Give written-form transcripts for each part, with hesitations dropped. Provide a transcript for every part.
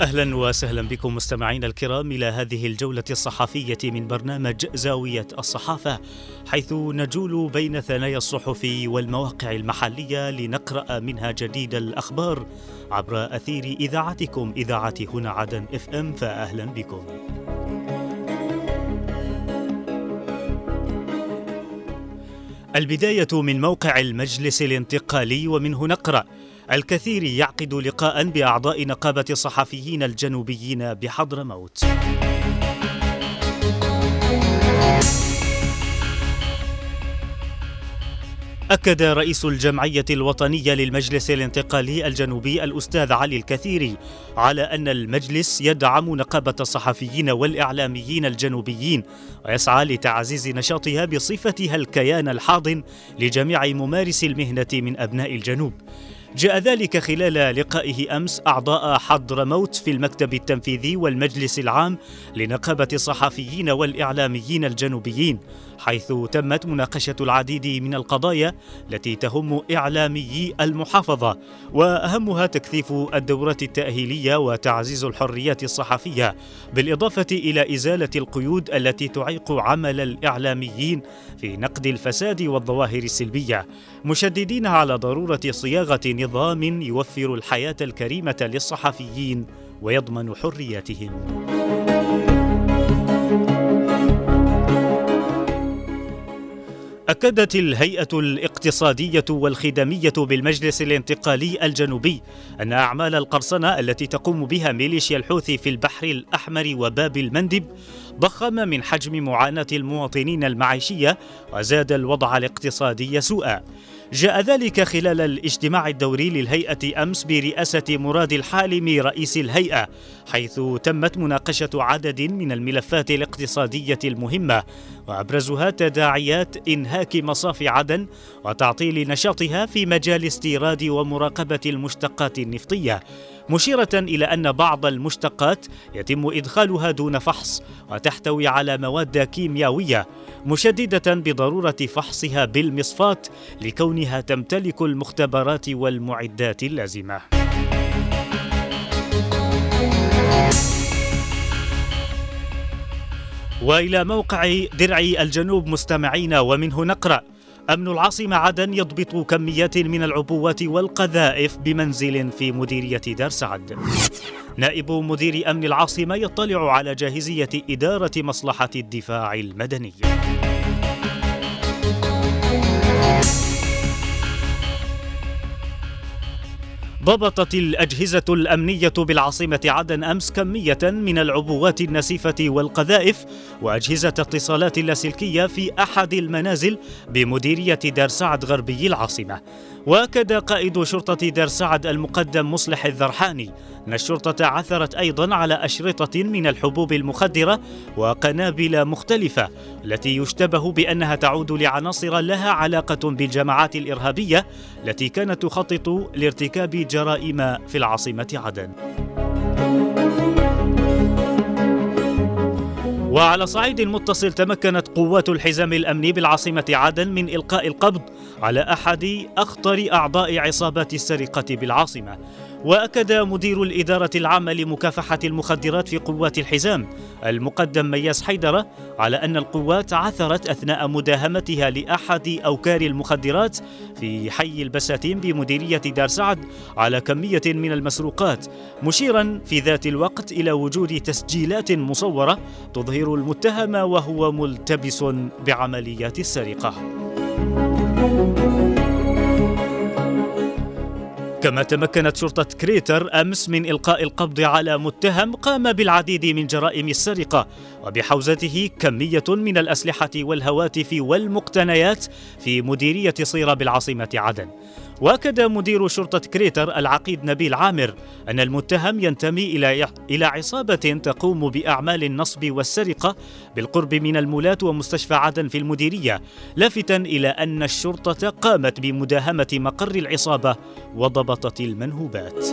أهلا وسهلا بكم مستمعينا الكرام إلى هذه الجولة الصحفية من برنامج زاوية الصحافة، حيث نجول بين ثنايا الصحف والمواقع المحلية لنقرأ منها جديد الأخبار عبر أثير إذاعتكم إذاعة هنا عدن FM، فأهلا بكم. البداية من موقع المجلس الانتقالي، ومنه نقرأ: الكثير يعقد لقاء بأعضاء نقابة الصحفيين الجنوبيين بحضرموت. أكد رئيس الجمعية الوطنية للمجلس الانتقالي الجنوبي الأستاذ علي الكثيري على أن المجلس يدعم نقابة الصحفيين والإعلاميين الجنوبيين ويسعى لتعزيز نشاطها بصفتها الكيان الحاضن لجميع ممارسي المهنة من أبناء الجنوب. جاء ذلك خلال لقائه أمس أعضاء حضرموت في المكتب التنفيذي والمجلس العام لنقابة الصحفيين والإعلاميين الجنوبيين، حيث تمت مناقشة العديد من القضايا التي تهم إعلاميي المحافظة، وأهمها تكثيف الدورات التأهيلية وتعزيز الحريات الصحفية، بالإضافة إلى إزالة القيود التي تعيق عمل الإعلاميين في نقد الفساد والظواهر السلبية، مشددين على ضرورة صياغة نظام يوفر الحياة الكريمة للصحفيين ويضمن حرياتهم. أكدت الهيئة الاقتصادية والخدمية بالمجلس الانتقالي الجنوبي أن أعمال القرصنة التي تقوم بها ميليشيا الحوثي في البحر الأحمر وباب المندب ضخم من حجم معاناة المواطنين المعيشية وزاد الوضع الاقتصادي سوءا. جاء ذلك خلال الاجتماع الدوري للهيئة أمس برئاسة مراد الحالمي رئيس الهيئة، حيث تمت مناقشة عدد من الملفات الاقتصادية المهمة، وأبرزها تداعيات إنهاك مصاف عدن وتعطيل نشاطها في مجال استيراد ومراقبة المشتقات النفطية، مشيرة إلى أن بعض المشتقات يتم إدخالها دون فحص وتحتوي على مواد كيميائية، مشددة بضرورة فحصها بالمصفات لكونها تمتلك المختبرات والمعدات اللازمة. وإلى موقع درعي الجنوب مستمعين، ومنه نقرأ: أمن العاصمة عدن يضبط كميات من العبوات والقذائف بمنزل في مديرية دار سعد. نائب مدير أمن العاصمة يطلع على جاهزية إدارة مصلحة الدفاع المدني. ضبطت الأجهزة الأمنية بالعاصمة عدن أمس كمية من العبوات النسيفة والقذائف وأجهزة اتصالات اللاسلكية في أحد المنازل بمديرية دار سعد غربي العاصمة. وأكد قائد شرطة دار سعد المقدم مصلح الذرحاني أن الشرطة عثرت أيضا على أشرطة من الحبوب المخدرة وقنابل مختلفة التي يشتبه بأنها تعود لعناصر لها علاقة بالجماعات الإرهابية التي كانت تخطط لارتكاب جرائم في العاصمة عدن. وعلى صعيد متصل، تمكنت قوات الحزام الأمني بالعاصمة عدن من إلقاء القبض على أحد أخطر أعضاء عصابات السرقة بالعاصمة. وأكد مدير الإدارة العامة لمكافحة المخدرات في قوات الحزام المقدم مياس حيدرة على أن القوات عثرت أثناء مداهمتها لأحد أوكار المخدرات في حي البساتين بمديرية دار سعد على كمية من المسروقات، مشيرا في ذات الوقت إلى وجود تسجيلات مصورة تظهر المتهم وهو ملتبس بعمليات السرقة. كما تمكنت شرطة كريتر أمس من إلقاء القبض على متهم قام بالعديد من جرائم السرقة وبحوزته كمية من الأسلحة والهواتف والمقتنيات في مديرية صيرة بالعاصمة عدن. وأكد مدير شرطة كريتر العقيد نبيل عامر أن المتهم ينتمي إلى عصابة تقوم بأعمال النصب والسرقة بالقرب من المولات ومستشفى عدن في المديرية، لافتا إلى أن الشرطة قامت بمداهمة مقر العصابة وضبطت المنهوبات.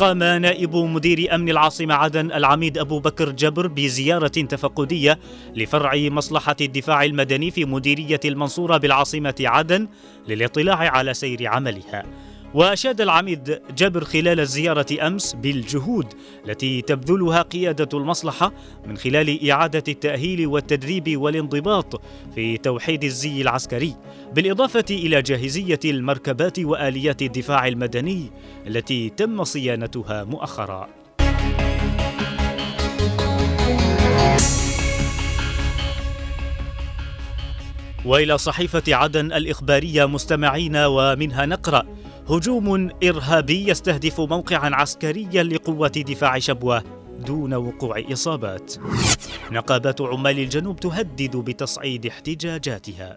قام نائب مدير أمن العاصمة عدن العميد أبو بكر جبر بزيارة تفقدية لفرع مصلحة الدفاع المدني في مديرية المنصورة بالعاصمة عدن للاطلاع على سير عملها. وأشاد العميد جبر خلال الزيارة أمس بالجهود التي تبذلها قيادة المصلحة من خلال إعادة التأهيل والتدريب والانضباط في توحيد الزي العسكري، بالإضافة إلى جاهزية المركبات وآليات الدفاع المدني التي تم صيانتها مؤخرا. وإلى صحيفة عدن الإخبارية مستمعين، ومنها نقرأ: هجوم إرهابي يستهدف موقعا عسكريا لقوات دفاع شبوة دون وقوع إصابات. نقابات عمال الجنوب تهدد بتصعيد احتجاجاتها.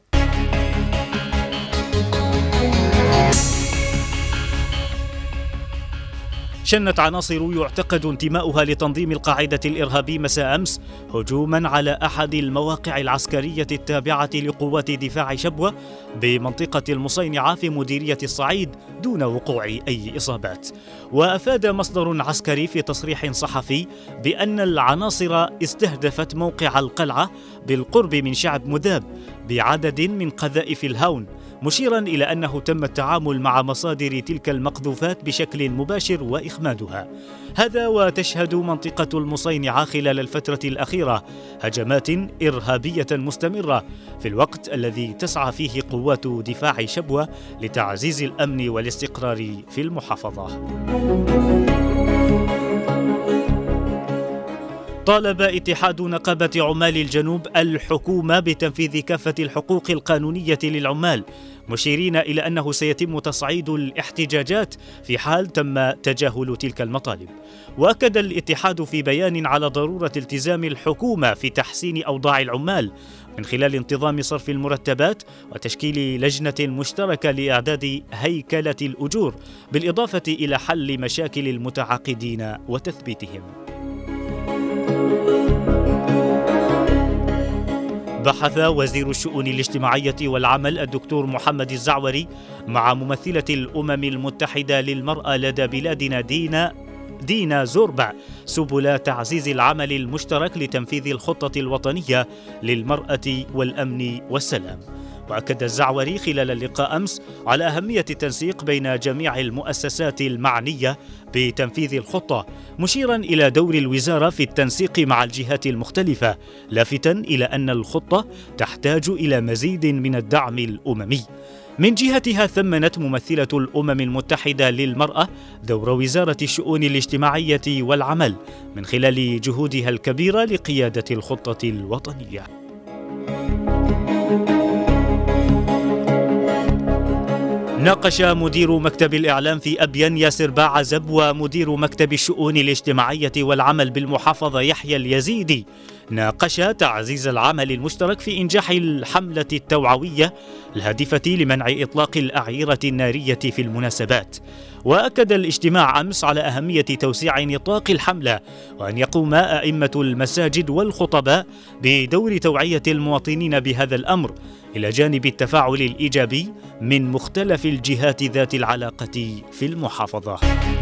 شنت عناصر يعتقد انتماؤها لتنظيم القاعدة الإرهابي مساء أمس هجوما على أحد المواقع العسكرية التابعة لقوات دفاع شبوة بمنطقة المصينعة في مديرية الصعيد دون وقوع أي إصابات. وأفاد مصدر عسكري في تصريح صحفي بأن العناصر استهدفت موقع القلعة بالقرب من شعب مذاب بعدد من قذائف الهاون، مشيرا إلى أنه تم التعامل مع مصادر تلك المقذوفات بشكل مباشر وإخمادها. هذا وتشهد منطقة المصينعة خلال الفترة الأخيرة هجمات إرهابية مستمرة في الوقت الذي تسعى فيه قوات دفاع شبوة لتعزيز الأمن والاستقرار في المحافظة. طالب اتحاد نقابة عمال الجنوب الحكومة بتنفيذ كافة الحقوق القانونية للعمال، مشيرين إلى أنه سيتم تصعيد الاحتجاجات في حال تم تجاهل تلك المطالب. وأكد الاتحاد في بيان على ضرورة التزام الحكومة في تحسين أوضاع العمال من خلال انتظام صرف المرتبات وتشكيل لجنة مشتركة لإعداد هيكلة الأجور، بالإضافة إلى حل مشاكل المتعاقدين وتثبيتهم. بحث وزير الشؤون الاجتماعية والعمل الدكتور محمد الزعوري مع ممثلة الأمم المتحدة للمرأة لدى بلادنا دينا زوربع سبل تعزيز العمل المشترك لتنفيذ الخطة الوطنية للمرأة والأمن والسلام. وأكد الزعوري خلال اللقاء أمس على أهمية التنسيق بين جميع المؤسسات المعنية بتنفيذ الخطة، مشيرا إلى دور الوزارة في التنسيق مع الجهات المختلفة، لافتا إلى أن الخطة تحتاج إلى مزيد من الدعم الأممي. من جهتها ثمنت ممثلة الأمم المتحدة للمرأة دور وزارة الشؤون الاجتماعية والعمل من خلال جهودها الكبيرة لقيادة الخطة الوطنية. ناقش مدير مكتب الإعلام في أبين ياسر باعزب ومدير مكتب الشؤون الاجتماعية والعمل بالمحافظة يحيى اليزيدي ناقشا تعزيز العمل المشترك في إنجاح الحملة التوعوية الهادفة لمنع إطلاق الأعيرة النارية في المناسبات. وأكد الاجتماع أمس على أهمية توسيع نطاق الحملة، وأن يقوم أئمة المساجد والخطباء بدور توعية المواطنين بهذا الأمر، إلى جانب التفاعل الإيجابي من مختلف الجهات ذات العلاقة في المحافظة.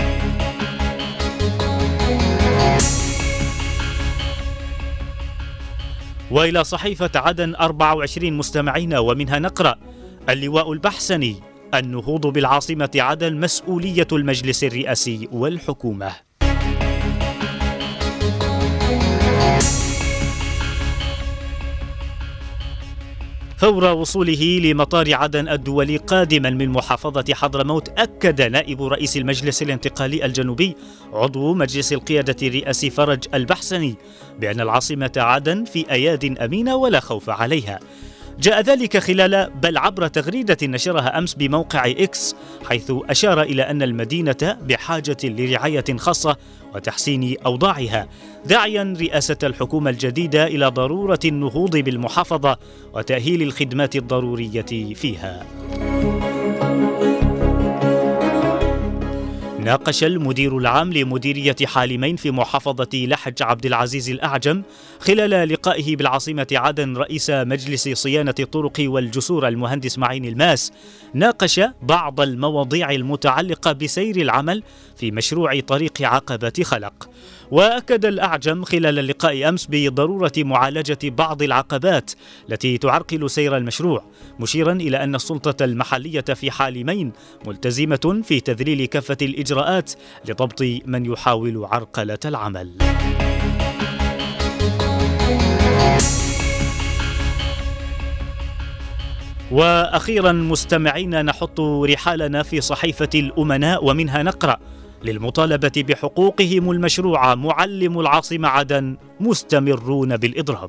وإلى صحيفة عدن 24 مستمعين، ومنها نقرأ: اللواء البحسني: النهوض بالعاصمة عدن مسؤولية المجلس الرئاسي والحكومة. فور وصوله لمطار عدن الدولي قادما من محافظة حضرموت، أكد نائب رئيس المجلس الانتقالي الجنوبي عضو مجلس القيادة الرئاسي فرج البحسني بأن العاصمة عدن في أياد أمينة ولا خوف عليها. جاء ذلك خلال بل عبر تغريدة نشرها أمس بموقع إكس، حيث أشار إلى أن المدينة بحاجة لرعاية خاصة وتحسين أوضاعها، داعيا رئاسة الحكومة الجديدة إلى ضرورة النهوض بالمحافظة وتأهيل الخدمات الضرورية فيها. ناقش المدير العام لمديرية حالمين في محافظة لحج عبد العزيز الأعجم خلال لقائه بالعاصمة عدن رئيس مجلس صيانة الطرق والجسور المهندس معين الماس، ناقش بعض المواضيع المتعلقة بسير العمل في مشروع طريق عقبة خلق. وأكد الأعجم خلال اللقاء أمس بضرورة معالجة بعض العقبات التي تعرقل سير المشروع، مشيرا إلى أن السلطة المحلية في حالمين ملتزمة في تذليل كافة الإجراءات لضبط من يحاول عرقلة العمل. وأخيرا مستمعين، نحط رحالنا في صحيفة الأمناء ومنها نقرأ: للمطالبة بحقوقهم المشروعة معلم العاصمة عدن مستمرون بالإضراب.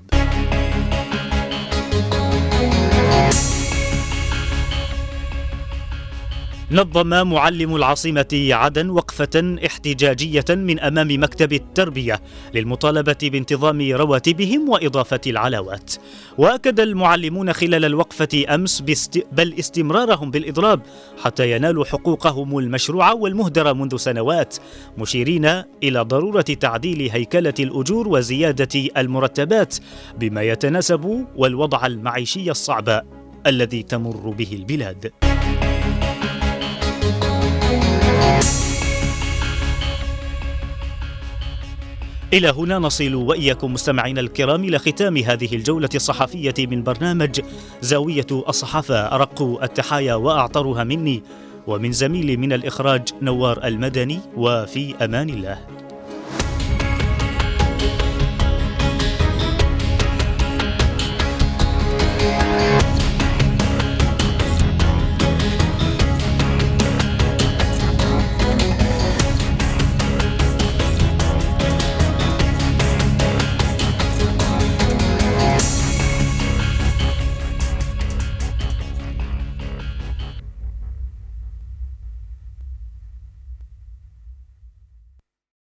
نظم معلم العاصمة عدن وقفة احتجاجية من أمام مكتب التربية للمطالبة بانتظام رواتبهم وإضافة العلاوات. وأكد المعلمون خلال الوقفة أمس بل استمرارهم بالإضراب حتى ينالوا حقوقهم المشروعة والمهدرة منذ سنوات، مشيرين إلى ضرورة تعديل هيكلة الأجور وزيادة المرتبات بما يتناسب والوضع المعيشي الصعب الذي تمر به البلاد. إلى هنا نصل وإياكم مستمعينا الكرام إلى ختام هذه الجولة الصحفية من برنامج زاوية الصحافة. أرق التحايا وأعطرها مني ومن زميلي من الإخراج نوار المدني، وفي أمان الله.